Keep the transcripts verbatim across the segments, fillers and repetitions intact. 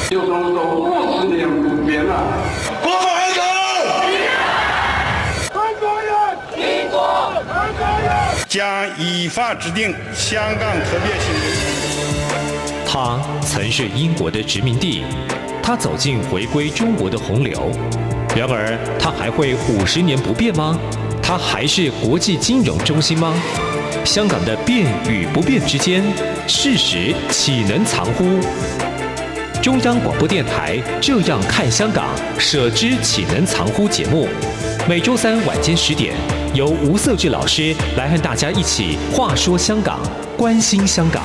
就当做五十年不变了。 国安党，韩国人，民国，韩国人将依法制定香港特别行政区。 它曾是英国的殖民地，它走进回归中国的洪流。然而，它还会五十年不变吗？它还是国际金融中心吗？香港的变与不变之间，事实岂能藏乎？中央广播电台《这样看香港》，舍之岂能藏乎节目，每周三晚间十点，由吴色志老师来和大家一起话说香港，关心香港。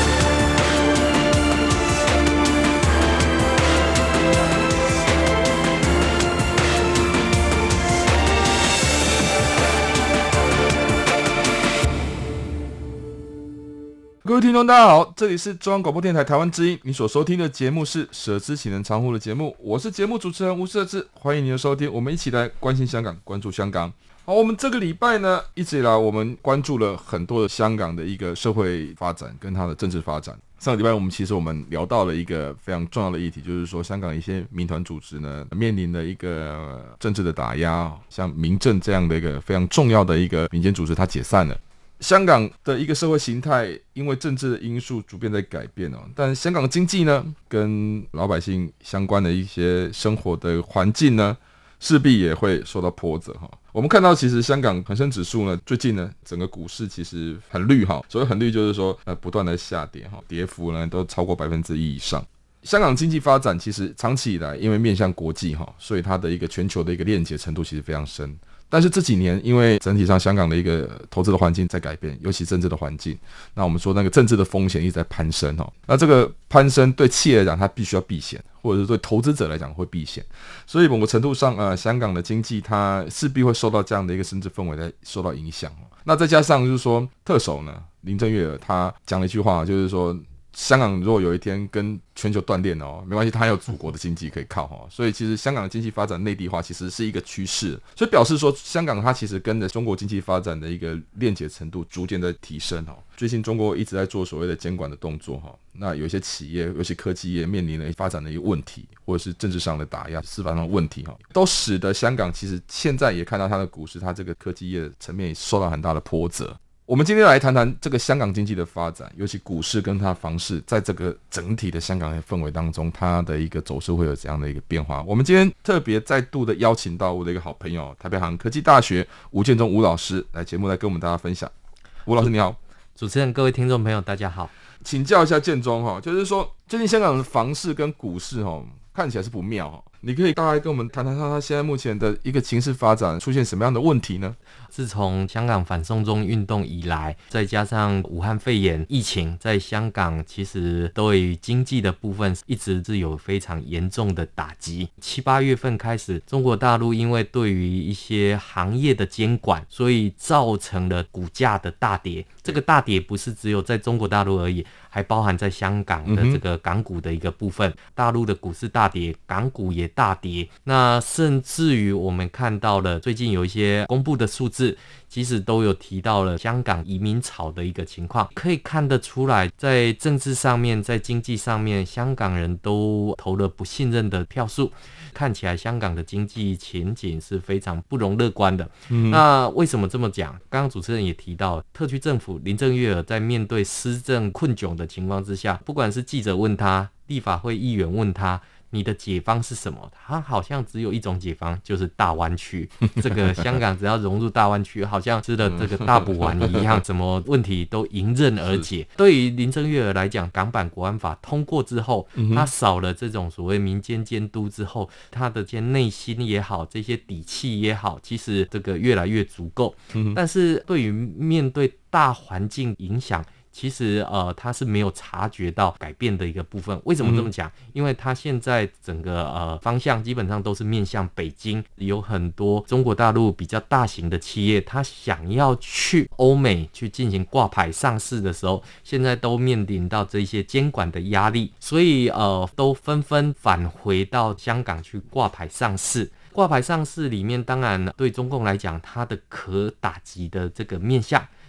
各位听众大家好，这里是中央广播电台台湾之音，你所收听的节目是舍之岂能藏乎的节目，我是节目主持人吴色志，欢迎您的收听，我们一起来关心香港，关注香港。好，我们这个礼拜呢，一直以来我们关注了很多的香港的一个社会发展跟它的政治发展。上个礼拜我们其实我们聊到了一个非常重要的议题，就是说香港一些民团组织呢面临了一个政治的打压，像民政这样的一个非常重要的一个民间组织它解散了。香港的一个社会形态因为政治的因素逐渐在改变哦，但香港的经济呢跟老百姓相关的一些生活的环境呢势必也会受到波折哈。我们看到其实香港恒生指数呢最近呢整个股市其实很绿哈，所谓很绿就是说呃不断的下跌哈，跌幅呢都超过百分之一以上。香港经济发展其实长期以来因为面向国际哈，所以它的一个全球的一个链接程度其实非常深。但是这几年因为整体上香港的一个投资的环境在改变，尤其政治的环境，那我们说那个政治的风险一直在攀升哦。那这个攀升对企业来讲它必须要避险，或者是对投资者来讲会避险，所以某个程度上呃，香港的经济它势必会受到这样的一个政治氛围在受到影响。那再加上就是说特首呢林郑月娥他讲了一句话，就是说香港如果有一天跟全球断裂哦，没关系，它还有祖国的经济可以靠哦。所以其实香港的经济发展内地化其实是一个趋势，所以表示说香港它其实跟着中国经济发展的一个链接程度逐渐在提升哦。最近中国一直在做所谓的监管的动作哈，那有一些企业，尤其科技业面临了发展的一个问题，或者是政治上的打压、司法上的问题哈，都使得香港其实现在也看到它的股市，它这个科技业层面也受到很大的波折。我们今天来谈谈这个香港经济的发展，尤其股市跟它的房市，在这个整体的香港的氛围当中，它的一个走势会有怎样的一个变化。我们今天特别再度的邀请到我的一个好朋友，台北航科技大学吴建中吴老师来节目来跟我们大家分享。吴老师你好。 主持人各位听众朋友大家好。 请教一下建中哈，就是说最近香港的房市跟股市哈看起来是不妙哈，你可以大概跟我们谈谈它现在目前的一个情势发展出现什么样的问题呢？ 自从香港反送中运动以来，再加上武汉肺炎疫情，在香港其实对于经济的部分一直是有非常严重的打击。七八月份开始，中国大陆因为对于一些行业的监管，所以造成了股价的大跌。这个大跌不是只有在中国大陆而已，还包含在香港的这个港股的一个部分。大陆的股市大跌，港股也大跌。那甚至于我们看到了最近有一些公布的数字，其实都有提到了香港移民潮的一个情况，可以看得出来，在政治上面，在经济上面，香港人都投了不信任的票数。看起来香港的经济前景是非常不容乐观的。嗯、那为什么这么讲？刚刚主持人也提到，特区政府林郑月娥在面对施政困窘的情况之下，不管是记者问他，立法会议员问他，你的解方是什么？他好像只有一种解方，就是大湾区。这个香港只要融入大湾区，好像吃了这个大补丸一样，什么问题都迎刃而解。对于林郑月娥来讲，港版国安法通过之后，他少了这种所谓民间监督之后，他的这些内心也好，这些底气也好，其实这个越来越足够。但是对于面对大环境影响，其实呃，他是没有察觉到改变的一个部分。为什么这么讲？嗯、因为他现在整个呃方向基本上都是面向北京，有很多中国大陆比较大型的企业，他想要去欧美去进行挂牌上市的时候，现在都面临到这些监管的压力，所以呃，都纷纷返回到香港去挂牌上市。挂牌上市里面，当然对中共来讲，它的可打击的这个面向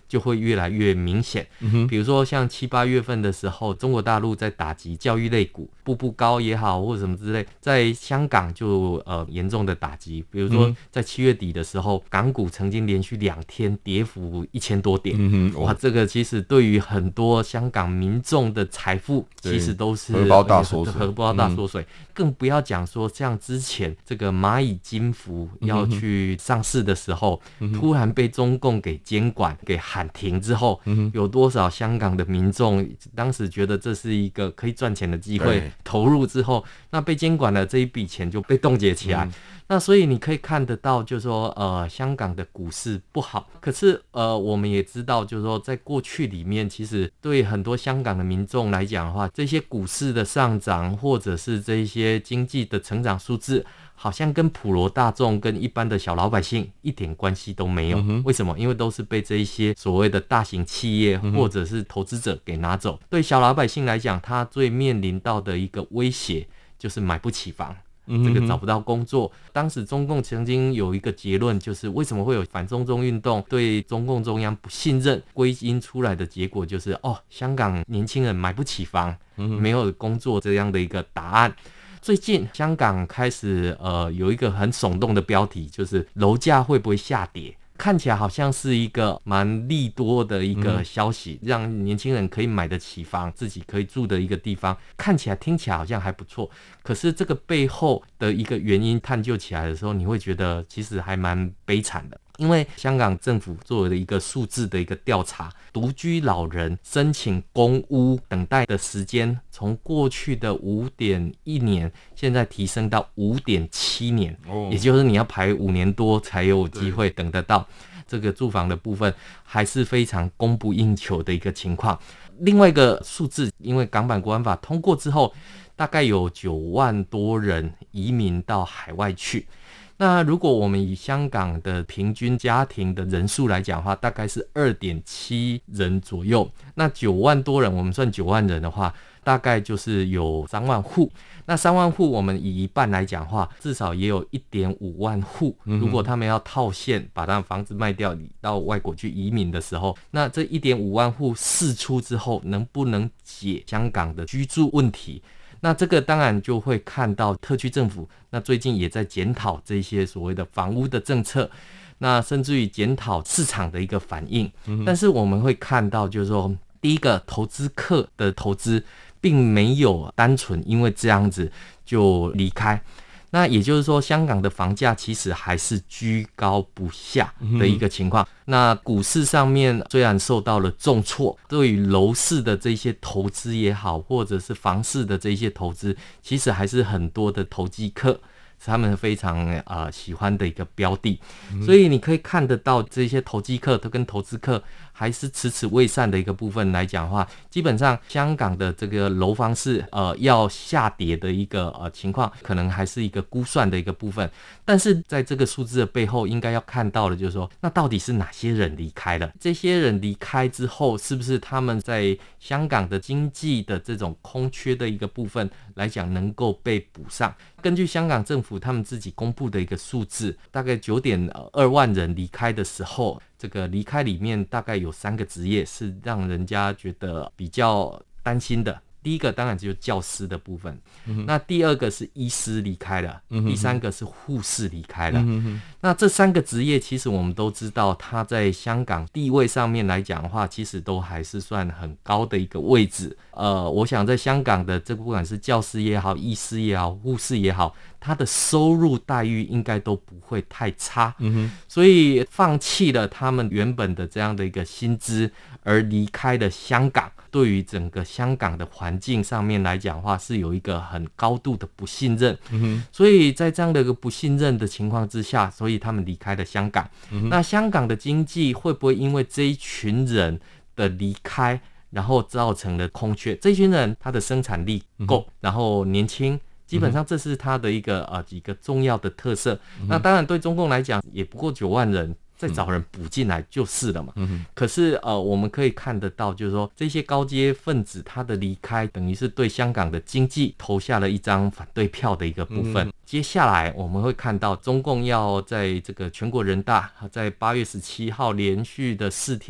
就会越来越明显。嗯、比如说像七八月份的时候，中国大陆在打击教育类股，步步高也好或者什么之类，在香港就呃严重的打击。比如说在七月底的时候，港股曾经连续两天跌幅一千多点，嗯、哇，这个其实对于很多香港民众的财富，其实都是荷包大缩水， 荷包大缩水。嗯、更不要讲说像之前这个蚂蚁金服要去上市的时候，嗯、突然被中共给监管给喊停之后，嗯、有多少香港的民众当时觉得这是一个可以赚钱的机会，投入之后，那被监管了，这一笔钱就被冻结起来。嗯、那所以你可以看得到，就是说，呃，香港的股市不好。可是，呃，我们也知道，就是说，在过去里面，其实对很多香港的民众来讲的话，这些股市的上涨，或者是这些经济的成长数字，好像跟普罗大众、跟一般的小老百姓一点关系都没有。嗯、为什么？因为都是被这一些所谓的大型企业或者是投资者给拿走。嗯、对小老百姓来讲，他最面临到的一个威胁就是买不起房。这个找不到工作。当时中共曾经有一个结论，就是为什么会有反中共运动，对中共中央不信任，归因出来的结果就是哦，香港年轻人买不起房，没有工作这样的一个答案。最近香港开始呃有一个很耸动的标题，就是楼价会不会下跌？看起来好像是一个蛮利多的一个消息，嗯、让年轻人可以买得起房，自己可以住的一个地方，看起来听起来好像还不错。可是这个背后的一个原因探究起来的时候，你会觉得其实还蛮悲惨的。因为香港政府做了一个数字的一个调查，独居老人申请公屋等待的时间从过去的 五点一年现在提升到 五点七年、哦、也就是你要排五年多才有机会等得到这个住房的部分，还是非常供不应求的一个情况。另外一个数字，因为港版国安法通过之后，大概有九万多人移民到海外去。那如果我们以香港的平均家庭的人数来讲的话，大概是 二点七 人左右。那九万多人，我们算九万人的话，大概就是有三万户。那三万户我们以一半来讲的话，至少也有 一点五万户。如果他们要套现，把他们房子卖掉到外国去移民的时候，那这 一点五万户释出之后，能不能解香港的居住问题？那这个当然就会看到特区政府那最近也在检讨这些所谓的房屋的政策，那甚至于检讨市场的一个反应、嗯、但是我们会看到就是说，第一个投资客的投资并没有单纯因为这样子就离开，那也就是说香港的房价其实还是居高不下的一个情况、嗯、那股市上面虽然受到了重挫，对于楼市的这些投资也好，或者是房市的这些投资，其实还是很多的投机客是他们非常呃喜欢的一个标的、嗯、所以你可以看得到这些投机客都跟投资客还是迟迟未散的一个部分来讲的话，基本上香港的这个楼房市呃要下跌的一个呃情况，可能还是一个估算的一个部分。但是在这个数字的背后，应该要看到的就是说，那到底是哪些人离开了？这些人离开之后，是不是他们在香港的经济的这种空缺的一个部分来讲能够被补上？根据香港政府他们自己公布的一个数字，大概 九点二万人离开的时候，这个离开里面大概有三个职业是让人家觉得比较担心的。第一个当然就是教师的部分、嗯、那第二个是医师离开了、嗯、第三个是护士离开了、嗯、那这三个职业其实我们都知道，它在香港地位上面来讲的话，其实都还是算很高的一个位置。呃，我想在香港的这个不管是教师也好，医师也好，护士也好，他的收入待遇应该都不会太差、嗯、所以放弃了他们原本的这样的一个薪资而离开了香港，对于整个香港的环境上面来讲的话，是有一个很高度的不信任、嗯、所以在这样的一个不信任的情况之下，所以他们离开了香港、嗯、那香港的经济会不会因为这一群人的离开然后造成了空缺？这群人他的生产力够、嗯、然后年轻，基本上这是他的一个呃几个重要的特色、嗯、那当然对中共来讲也不过九万人，再找人补进来就是了嘛、嗯、可是呃我们可以看得到，就是说这些高阶分子他的离开等于是对香港的经济投下了一张反对票的一个部分、嗯、接下来我们会看到中共要在这个全国人大在八月十七号连续的四天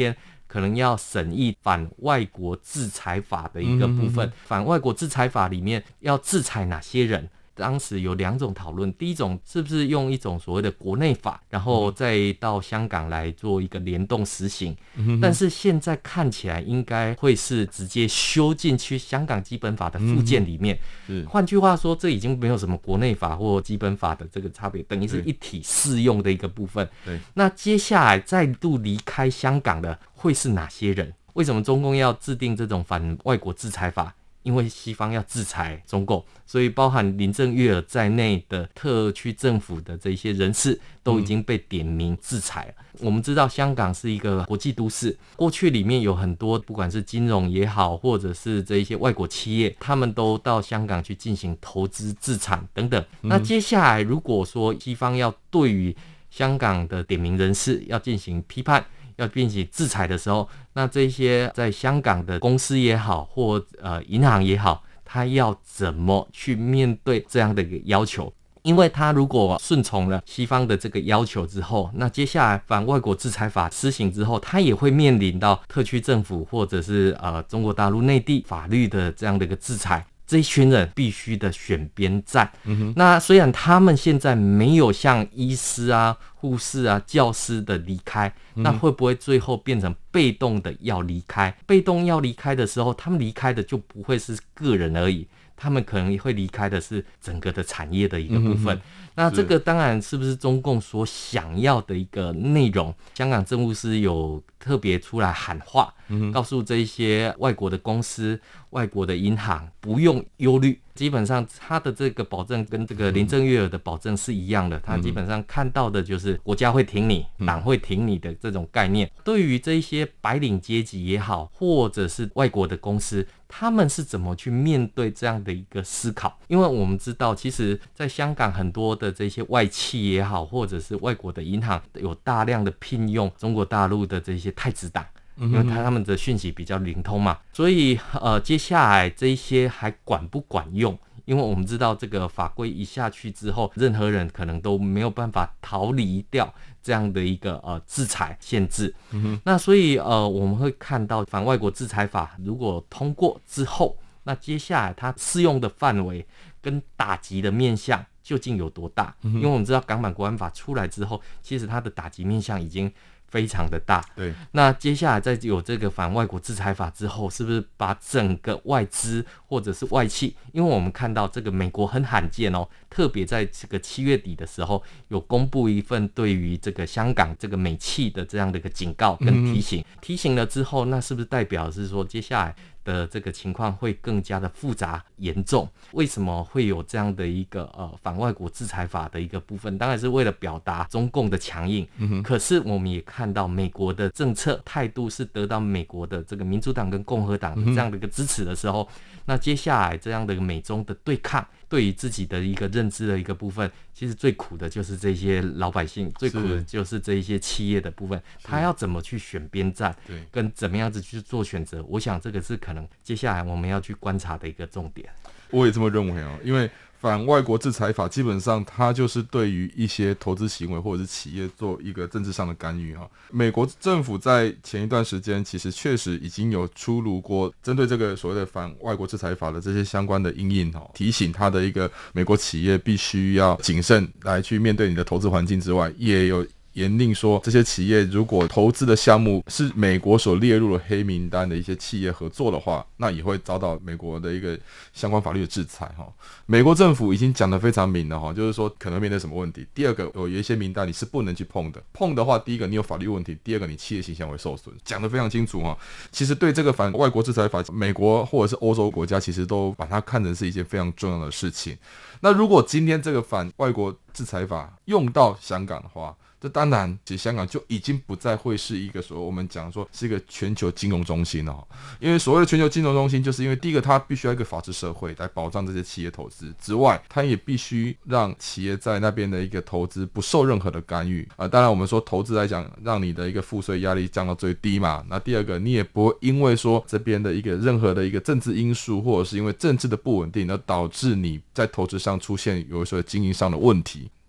可能要审议反外国制裁法的一个部分。嗯、反外国制裁法里面要制裁哪些人？当时有两种讨论，第一种是不是用一种所谓的国内法，然后再到香港来做一个联动实行，嗯、但是现在看起来应该会是直接修进去香港基本法的附件里面。换、嗯、句话说，这已经没有什么国内法或基本法的这个差别，等于是一体适用的一个部分。对，那接下来再度离开香港的会是哪些人？为什么中共要制定这种反外国制裁法？因为西方要制裁中共，所以包含林郑月娥在内的特区政府的这些人士都已经被点名制裁了。嗯、我们知道香港是一个国际都市，过去里面有很多不管是金融也好，或者是这一些外国企业，他们都到香港去进行投资、自产等等。嗯、那接下来如果说西方要对于香港的点名人士要进行批判，要进行制裁的时候，那这些在香港的公司也好，或呃银行也好，他要怎么去面对这样的一个要求？因为他如果顺从了西方的这个要求之后，那接下来反外国制裁法施行之后，他也会面临到特区政府或者是呃中国大陆内地法律的这样的一个制裁。这一群人必须的选边站、嗯、那虽然他们现在没有像医师啊、护士啊、教师的离开、嗯、那会不会最后变成被动的要离开？被动要离开的时候，他们离开的就不会是个人而已，他们可能会离开的是整个的产业的一个部分、嗯、那这个当然是不是中共所想要的一个内容？香港政务司有特别出来喊话、嗯、告诉这一些外国的公司、外国的银行不用忧虑，基本上他的这个保证跟这个林郑月娥的保证是一样的，他基本上看到的就是国家会挺你、党会挺你的这种概念。对于这一些白领阶级也好，或者是外国的公司，他们是怎么去面对这样的一个思考？因为我们知道，其实在香港很多的这些外企也好，或者是外国的银行，有大量的聘用中国大陆的这些太子党，因为他们的讯息比较灵通嘛，所以呃，接下来这一些还管不管用？因为我们知道这个法规一下去之后，任何人可能都没有办法逃离掉这样的一个呃制裁限制。嗯、那所以呃我们会看到反外国制裁法如果通过之后，那接下来它适用的范围跟打击的面向究竟有多大？嗯、因为我们知道港版国安法出来之后，其实它的打击面向已经非常的大。对，那接下来在有这个反外国制裁法之后，是不是把整个外资或者是外企，因为我们看到这个美国很罕见哦，特别在这个七月底的时候有公布一份对于这个香港这个美企的这样的一个警告跟提醒、嗯、提醒了之后，那是不是代表是说接下来的这个情况会更加的复杂严重？为什么会有这样的一个呃反外国制裁法的一个部分？当然是为了表达中共的强硬、嗯、可是我们也看到美国的政策态度是得到美国的这个民主党跟共和党的这样的一个支持的时候、嗯、那接下来这样的美中的对抗，对于自己的一个认知的一个部分，其实最苦的就是这些老百姓，最苦的就是这一些企业的部分，他要怎么去选边站，跟怎么样子去做选择，我想这个是可能接下来我们要去观察的一个重点。 我也这么认为哦，因为反外国制裁法基本上它就是对于一些投资行为或者是企业做一个政治上的干预哈。美国政府在前一段时间其实确实已经有出炉过针对这个所谓的反外国制裁法的这些相关的因应哈，提醒他的一个美国企业必须要谨慎来去面对你的投资环境之外，也有严令说这些企业如果投资的项目是美国所列入了黑名单的一些企业合作的话，那也会遭到美国的一个相关法律的制裁。美国政府已经讲得非常明了，就是说可能面对什么问题。第二个，有一些名单你是不能去碰的，碰的话第一个你有法律问题，第二个你企业形象会受损，讲得非常清楚。其实对这个反外国制裁法，美国或者是欧洲国家其实都把它看成是一件非常重要的事情。那如果今天这个反外国制裁法用到香港的话，这当然其实香港就已经不再会是一个所谓我们讲说是一个全球金融中心了。因为所谓的全球金融中心，就是因为第一个它必须要一个法治社会来保障这些企业投资之外，它也必须让企业在那边的一个投资不受任何的干预、呃、当然我们说投资来讲，让你的一个赋税压力降到最低嘛。那第二个，你也不会因为说这边的一个任何的一个政治因素，或者是因为政治的不稳定而导致你在投资上出现有一些经营上的问题。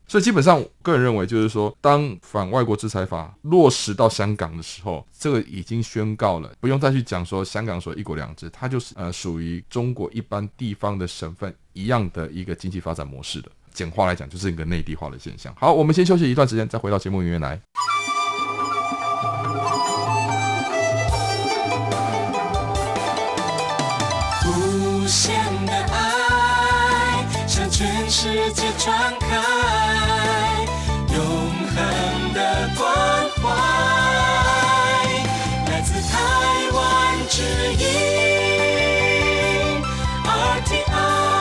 所以基本上个人认为就是说，当反外国制裁法落实到香港的时候，这个已经宣告了，不用再去讲说香港所一国两制，它就是呃属于中国一般地方的省份一样的一个经济发展模式的。简化来讲，就是一个内地化的现象。好，我们先休息一段时间，再回到节目里面来。 无限的爱向全世界传开，永恒的关怀，来自台湾之音 R T I。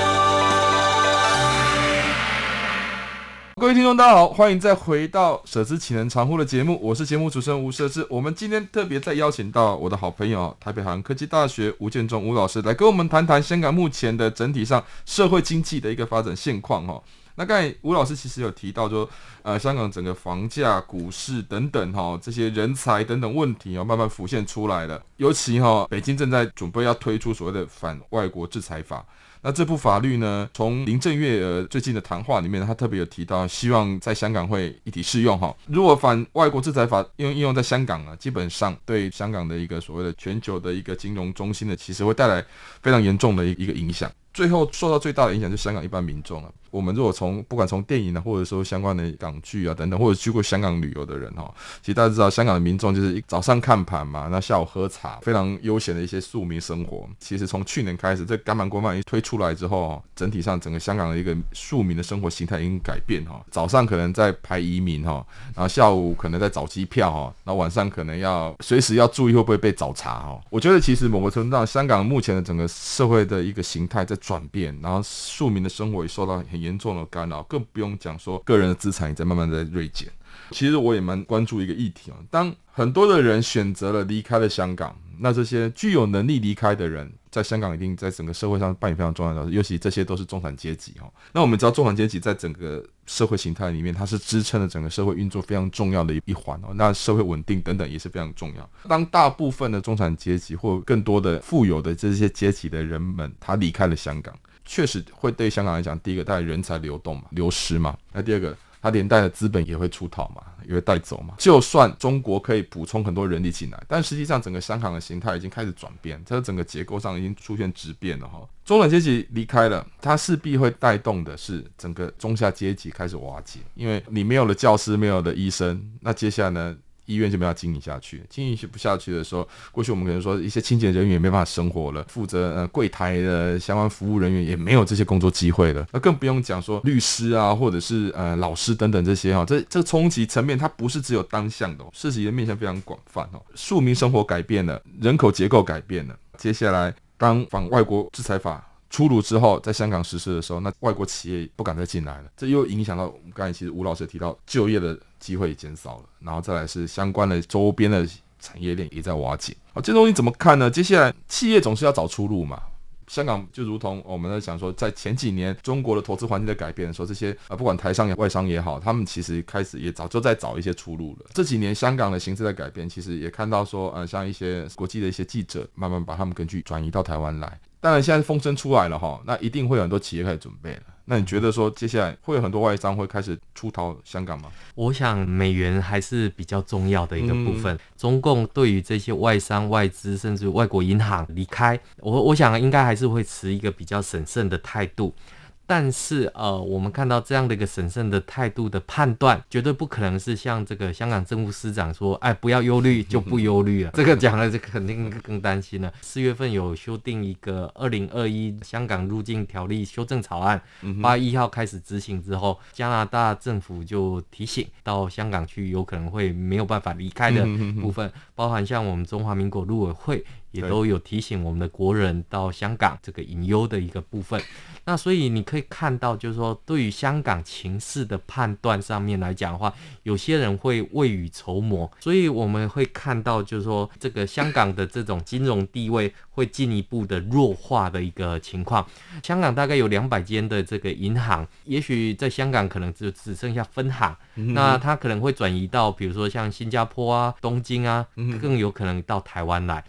各位听众大家好，欢迎再回到舍之岂能常乎的节目，我是节目主持人吴舍之。我们今天特别再邀请到我的好朋友台北海洋科技大学吴建中吴老师来跟我们谈谈香港目前的整体上社会经济的一个发展现况。那刚才吴老师其实有提到说，呃，香港整个房价、股市等等哈，这些人才等等问题哦，慢慢浮现出来了。尤其哈，北京正在准备要推出所谓的反外国制裁法。那这部法律呢，从林郑月娥最近的谈话里面，他特别有提到，希望在香港会一体适用哈。如果反外国制裁法用应用在香港呢，基本上对香港的一个所谓的全球的一个金融中心的，其实会带来非常严重的一个影响。最后受到最大的影响就是香港一般民众啊。我们如果从不管从电影啊，或者说相关的港剧啊等等，或者去过香港旅游的人哈，其实大家知道香港的民众就是早上看盘嘛，那下午喝茶，非常悠闲的一些庶民生活。其实从去年开始，这港版国安法一推出来之后，整体上整个香港的一个庶民的生活形态已经改变哈。早上可能在排移民哈，然后下午可能在找机票哈，然后晚上可能要随时要注意会不会被找茬哈。我觉得其实某个程度上，香港目前的整个社会的一个形态在转变，然后庶民的生活也受到很严重的干扰，更不用讲说个人的资产也在慢慢在锐减。其实我也蛮关注一个议题哦，当很多的人选择了离开了香港，那这些具有能力离开的人，在香港一定在整个社会上扮演非常重要的角色，尤其这些都是中产阶级哦。那我们知道中产阶级在整个社会形态里面，它是支撑了整个社会运作非常重要的一环哦。那社会稳定等等也是非常重要。当大部分的中产阶级或更多的富有的这些阶级的人们，他离开了香港，确实会对香港来讲，第一个带来人才流动嘛，流失嘛。那第二个，它连带的资本也会出逃嘛，也会带走嘛。就算中国可以补充很多人力进来，但实际上整个香港的形态已经开始转变，它整个结构上已经出现质变了哈。中产阶级离开了，它势必会带动的是整个中下阶级开始瓦解，因为你没有了教师，没有了医生，那接下来呢？医院就没有经营下去，经营不下去的时候，过去我们可能说一些清洁人员也没办法生活了，负责呃柜台的相关服务人员也没有这些工作机会了，那更不用讲说律师啊，或者是呃老师等等这些哈，这这个冲击层面它不是只有单向的、哦，事实的面向非常广泛哦。庶民生活改变了，人口结构改变了，接下来当反外国制裁法出炉之后，在香港实施的时候，那外国企业不敢再进来了，这又影响到我们刚才其实吴老师也提到就业的机会也减少了，然后再来是相关的周边的产业链也在瓦解。好，这东西怎么看呢？接下来企业总是要找出路嘛。香港就如同我们在讲说，在前几年中国的投资环境的改变的时候，这些呃不管台商也外商也好，他们其实开始也早就在找一些出路了。这几年香港的形势在改变，其实也看到说，呃，像一些国际的一些记者慢慢把他们根据转移到台湾来。当然现在风声出来了哈，那一定会有很多企业开始准备了。那你觉得说接下来会有很多外商会开始出逃香港吗？ 我想美元还是比较重要的一个部分。嗯、中共对于这些外商、外资甚至外国银行离开，我我想应该还是会持一个比较审慎的态度。但是呃，我们看到这样的一个审慎的态度的判断，绝对不可能是像这个香港政务司长说，哎，不要忧虑就不忧虑了。这个讲了，这肯定更担心了。四月份有修订一个二零二一香港入境条例修正草案，八月一号开始执行之后，加拿大政府就提醒到香港去有可能会没有办法离开的部分，包含像我们中华民国陆委会也都有提醒我们的国人到香港这个隐忧的一个部分。那所以你可以看到，就是说对于香港情势的判断上面来讲的话，有些人会未雨绸缪，所以我们会看到就是说这个香港的这种金融地位会进一步的弱化的一个情况。香港大概有两百间的这个银行，也许在香港可能就只剩下分行，嗯、那它可能会转移到比如说像新加坡啊、东京啊，更有可能到台湾来。其实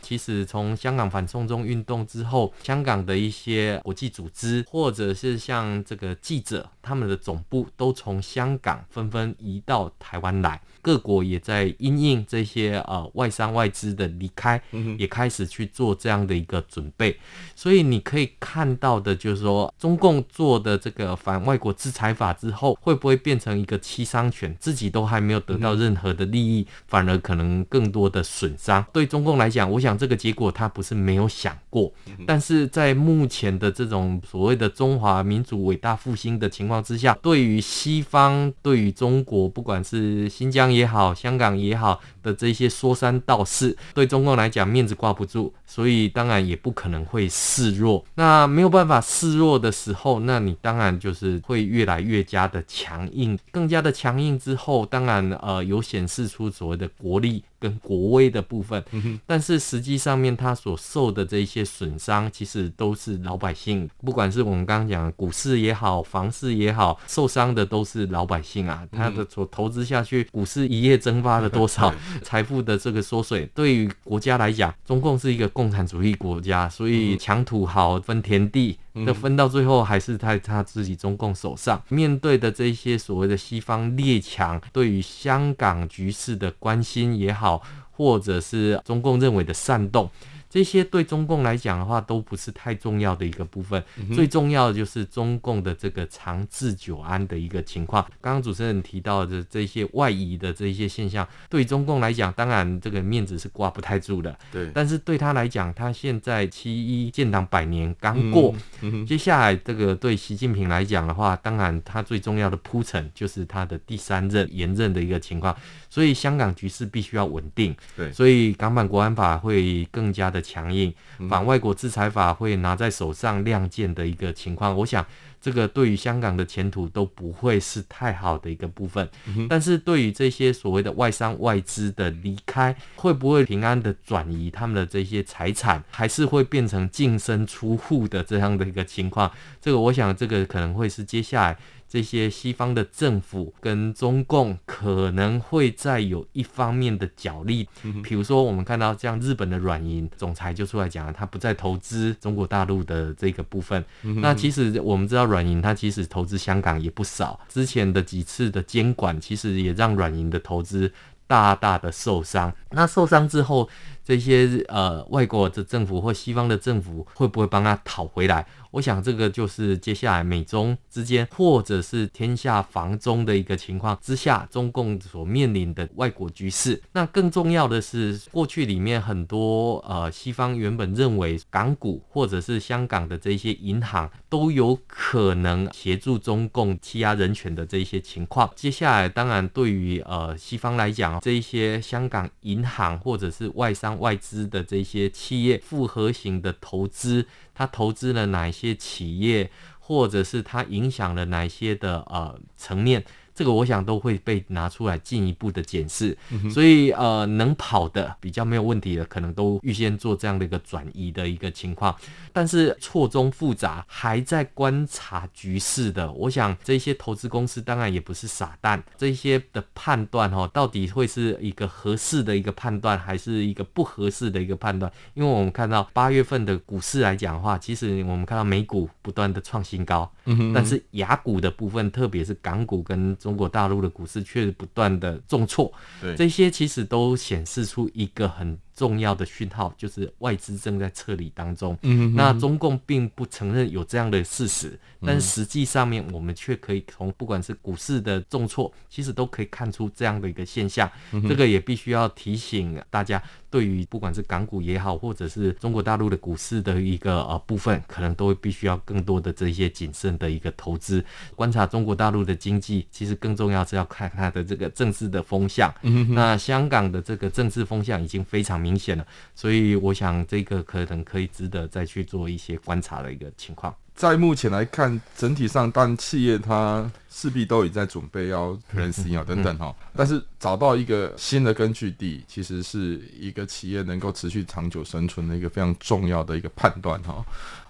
从香港反送中运动之后，香港的一些国际组织或者是像这个记者，他们的总部都从香港纷纷移到台湾来，各国也在因应这些呃外商外资的离开，也开始去做这样的一个准备。所以你可以看到的就是说，中共做的这个反外国制裁法之后，会不会变成一个七伤拳，自己都还没有得到任何的利益，反而可能更多的损伤。对中共来讲，我想这个结果他不是没有想过，但是在目前的这种所谓的中华民族伟大复兴的情况之下，对于西方，对于中国，不管是新疆也好，香港也好的这些说三道四，对中共来讲面子挂不住，所以当然也不可能会示弱。那没有办法示弱的时候，那你当然就是会越来越加的强硬，更加的强硬之后，当然呃有显示出所谓的国力跟国威的部分，但是实际上面他所受的这一些损伤，其实都是老百姓，不管是我们刚刚讲的股市也好，房市也好，受伤的都是老百姓啊，他的所投资下去，股市一夜蒸发了多少财富的这个缩水，对于国家来讲，中共是一个共产主义国家，所以抢土豪分田地，这分到最后还是在他自己中共手上。面对的这些所谓的西方列强对于香港局势的关心也好，或者是中共认为的煽动，这些对中共来讲的话都不是太重要的一个部分，嗯、最重要的就是中共的这个长治久安的一个情况。刚刚主持人提到的这些外移的这些现象，对中共来讲，当然这个面子是挂不太住的，对。但是对他来讲，他现在七一建党百年刚过，嗯嗯、接下来这个对习近平来讲的话，当然他最重要的铺陈就是他的第三任连任的一个情况，所以香港局势必须要稳定，对。所以港版国安法会更加的强硬，反外国制裁法会拿在手上亮剑的一个情况，我想这个对于香港的前途都不会是太好的一个部分。嗯、但是对于这些所谓的外商外资的离开，会不会平安的转移他们的这些财产，还是会变成净身出户的这样的一个情况？这个我想这个可能会是接下来这些西方的政府跟中共可能会再有一方面的角力，比如说我们看到像日本的软银总裁就出来讲，他不再投资中国大陆的这个部分。那其实我们知道软银他其实投资香港也不少，之前的几次的监管其实也让软银的投资大大的受伤。那受伤之后，这些呃外国的政府或西方的政府会不会帮他讨回来？我想这个就是接下来美中之间或者是天下防中的一个情况之下，中共所面临的外国局势。那更重要的是，过去里面很多呃西方原本认为港股或者是香港的这些银行都有可能协助中共欺压人权的这些情况。接下来当然对于呃西方来讲，这一些香港银行或者是外商外资的这些企业复合型的投资，他投资了哪一些企业，或者是他影响了哪一些的呃层面，这个我想都会被拿出来进一步的检视。嗯、所以呃能跑的比较没有问题的，可能都预先做这样的一个转移的一个情况。但是错综复杂，还在观察局势的，我想这些投资公司当然也不是傻蛋，这些的判断哦，到底会是一个合适的一个判断，还是一个不合适的一个判断？因为我们看到八月份的股市来讲的话，其实我们看到美股不断的创新高，嗯哼嗯哼但是亚股的部分，特别是港股跟中国大陆的股市却不断的重挫，这些其实都显示出一个很重要的讯号，就是外资正在撤离当中。嗯、那中共并不承认有这样的事实，但是实际上面我们却可以从不管是股市的重挫，其实都可以看出这样的一个现象。嗯、这个也必须要提醒大家，对于不管是港股也好，或者是中国大陆的股市的一个呃部分，可能都会必须要更多的这些谨慎的一个投资。观察中国大陆的经济，其实更重要是要看它的这个政治的风向。嗯、那香港的这个政治风向已经非常明显。明显了，所以我想这个可能可以值得再去做一些观察的一个情况。 在目前来看，整体上，当然企业它势必都已在准备要 Plan C 啊等等哈，但是找到一个新的根据地，其实是一个企业能够持续长久生存的一个非常重要的一个判断哈。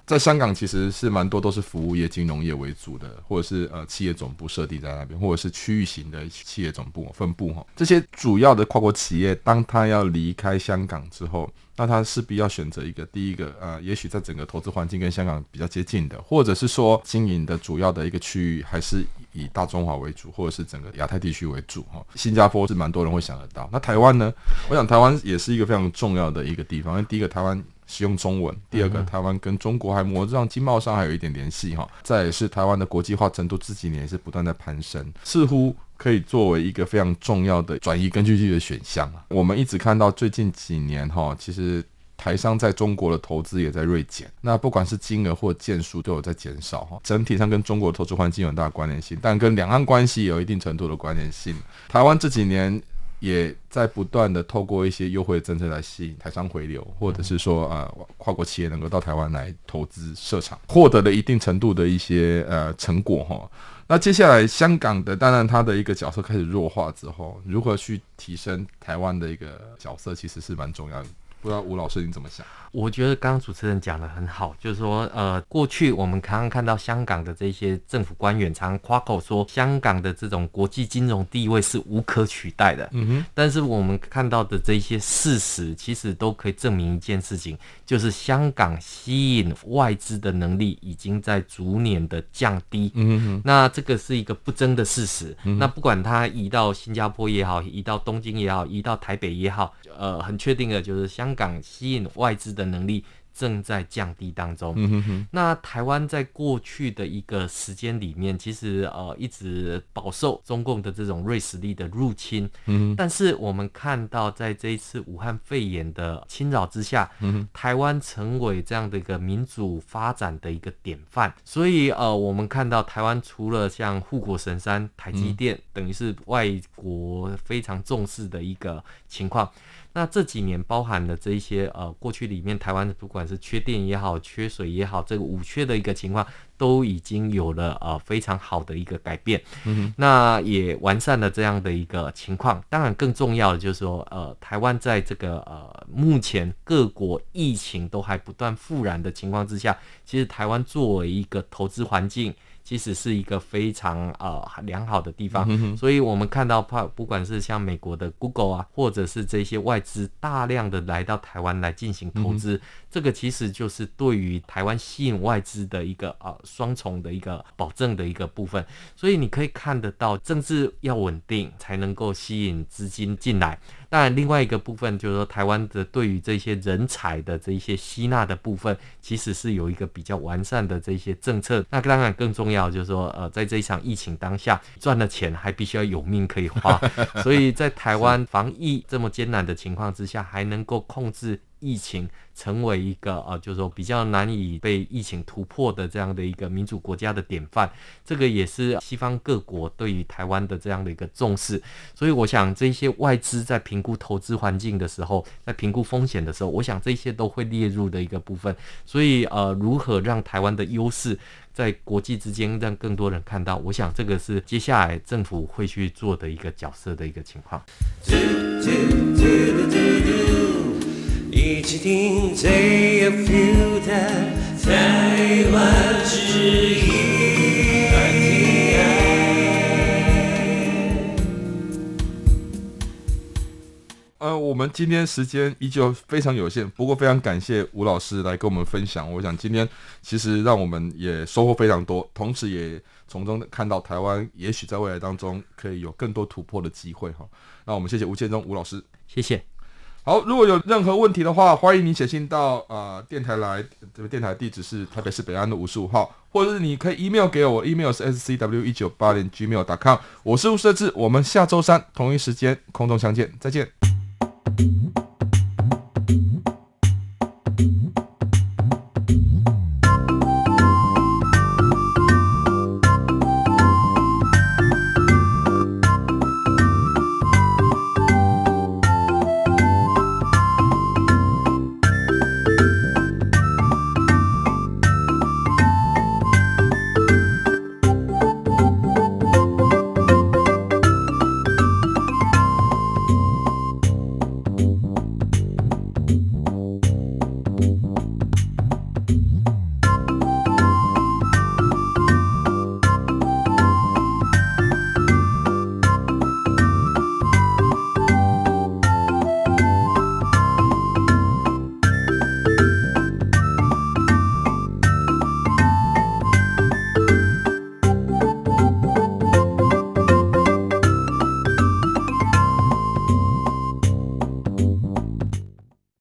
在香港其实是蛮多都是服务业、金融业为主的，或者是呃企业总部设定在那边，或者是区域型的企业总部分部哈。这些主要的跨国企业，当他要离开香港之后，那他势必要选择一个第一个呃，也许在整个投资环境跟香港比较接近的，或者是说经营的主要的一个区域还是以大中华为主，或者是整个亚太地区为主哈。新加坡是蛮多人会想得到，那台湾呢？我想台湾也是一个非常重要的一个地方，因为第一个台湾使用中文，第二个台湾跟中国还某种经贸上还有一点联系哈，再也是台湾的国际化程度这几年也是不断在攀升，似乎可以作为一个非常重要的转移根据地的选项。我们一直看到最近几年哈，其实台商在中国的投资也在锐减，那不管是金额或件数都有在减少哈，整体上跟中国的投资环境有很大的关联性，但跟两岸关系有一定程度的关联性。台湾这几年也在不断的透过一些优惠的政策来吸引台商回流，或者是说呃跨国企业能够到台湾来投资设厂，获得了一定程度的一些呃成果哈。那接下来香港的当然它的一个角色开始弱化之后，如何去提升台湾的一个角色，其实是蛮重要的。不知道吴老师你怎么想？ 我觉得刚刚主持人讲得很好，就是说，呃，过去我们常常看到香港的这些政府官员常常夸口说，香港的这种国际金融地位是无可取代的。嗯哼。但是我们看到的这些事实，其实都可以证明一件事情，就是香港吸引外资的能力已经在逐年的降低。嗯哼。那这个是一个不争的事实。嗯、那不管它移到新加坡也好，移到东京也好，移到台北也好，呃，很确定的就是香港吸引外资的能力正在降低当中。嗯哼哼。那台湾在过去的一个时间里面，其实呃一直饱受中共的这种锐实力的入侵。嗯哼。但是我们看到，在这一次武汉肺炎的侵扰之下，嗯哼，台湾成为这样的一个民主发展的一个典范。所以呃，我们看到台湾除了像护国神山台积电，嗯、等于是外国非常重视的一个情况。那这几年包含了这一些呃，过去里面台湾不管是缺电也好，缺水也好，这个五缺的一个情况都已经有了呃非常好的一个改变。嗯，那也完善了这样的一个情况。当然更重要的就是说，呃，台湾在这个呃目前各国疫情都还不断复燃的情况之下，其实台湾作为一个投资环境，其实是一个非常呃良好的地方。嗯、所以我们看到不管是像美国的 Google 啊，或者是这些外资大量的来到台湾来进行投资、嗯、这个其实就是对于台湾吸引外资的一个呃双重的一个保证的一个部分。所以你可以看得到，政治要稳定才能够吸引资金进来。当然另外一个部分就是说，台湾的对于这些人才的这些吸纳的部分，其实是有一个比较完善的这些政策。那当然更重要就是说，呃，在这一场疫情当下，赚了钱还必须要有命可以花。所以在台湾防疫这么艰难的情况之下，还能够控制疫情，成为一个呃，就是说比较难以被疫情突破的这样的一个民主国家的典范。这个也是西方各国对于台湾的这样的一个重视。所以我想这些外资在评估投资环境的时候，在评估风险的时候，我想这些都会列入的一个部分。所以呃，如何让台湾的优势在国际之间让更多人看到，我想这个是接下来政府会去做的一个角色的一个情况。 一起听最有 feel 的台湾之音。 呃，我们今天时间依旧非常有限，不过非常感谢吴老师来跟我们分享。我想今天其实让我们也收获非常多，同时也从中看到台湾也许在未来当中可以有更多突破的机会哈。那我们谢谢吴建中吴老师， 谢谢。 好，如果有任何问题的话，欢迎你写信到呃电台来，这个电台地址是台北市北安路五十五号，或者是你可以 email 给我 ，email 是 s c w 一九八 点 gmail 点 com。我是吴设志，我们下周三同一时间空中相见，再见。